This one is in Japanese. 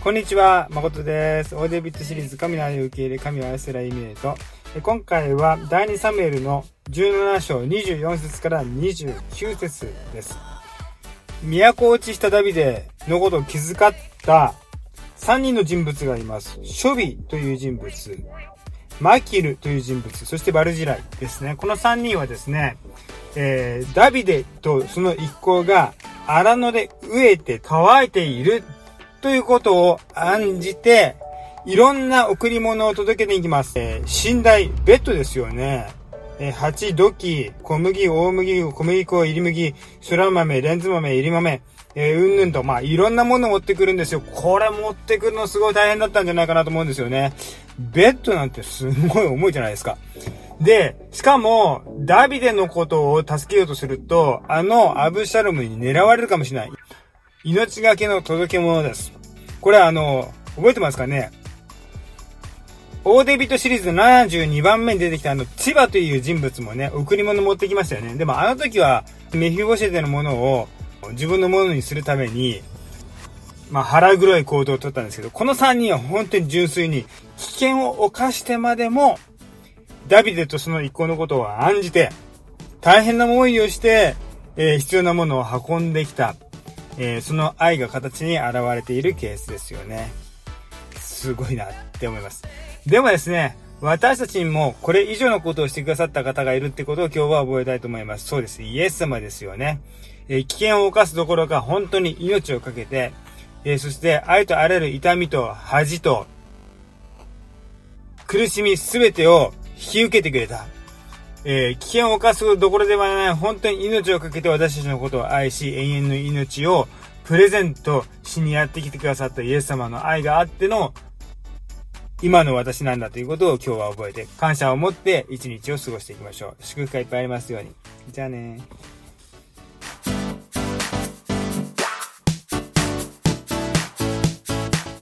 こんにちは、誠です。オーディビットシリーズ神の愛を受け入れ、神を愛する歩みへと。今回は第2サムエルの17章24節から29節です。都落ちしたダビデのことを気遣った3人の人物がいます。ショビという人物、マキルという人物、そしてバルジライですね。この3人はですね、ダビデとその一行が荒野で飢えて乾いているということを案じて、いろんな贈り物を届けていきます。寝台、ベッドですよね。鉢、土器、小麦、大麦、小麦粉、入り麦、そら豆、レンズ豆、入り豆、うんぬんと、いろんなものを持ってくるんですよ。これ持ってくるのすごい大変だったんじゃないかなと思うんですよね。ベッドなんてすごい重いじゃないですか。で、しかも、ダビデのことを助けようとすると、アブシャロムに狙われるかもしれない。命がけの届け物です。これ覚えてますかね？オーデビットシリーズの72番目に出てきた千葉という人物もね、贈り物持ってきましたよね。でもあの時は、メフィボシェテのものを自分のものにするために、腹黒い行動を取ったんですけど、この3人は本当に純粋に危険を冒してまでも、ダビデとその一行のことを案じて、大変な思いをして、必要なものを運んできた、その愛が形に現れているケースですよね。すごいなって思います。でもですね、私たちにもこれ以上のことをしてくださった方がいるってことを今日は覚えたいと思います。そうです。イエス様ですよね。危険を冒すどころか本当に命をかけて、そして愛とあらゆる痛みと恥と苦しみすべてを引き受けてくれた。危険を冒すどころではない、本当に命をかけて私たちのことを愛し、永遠の命をプレゼントしにやってきてくださったイエス様の愛があっての今の私なんだということを今日は覚えて、感謝を持って一日を過ごしていきましょう。祝福がいっぱいありますように。じゃあね。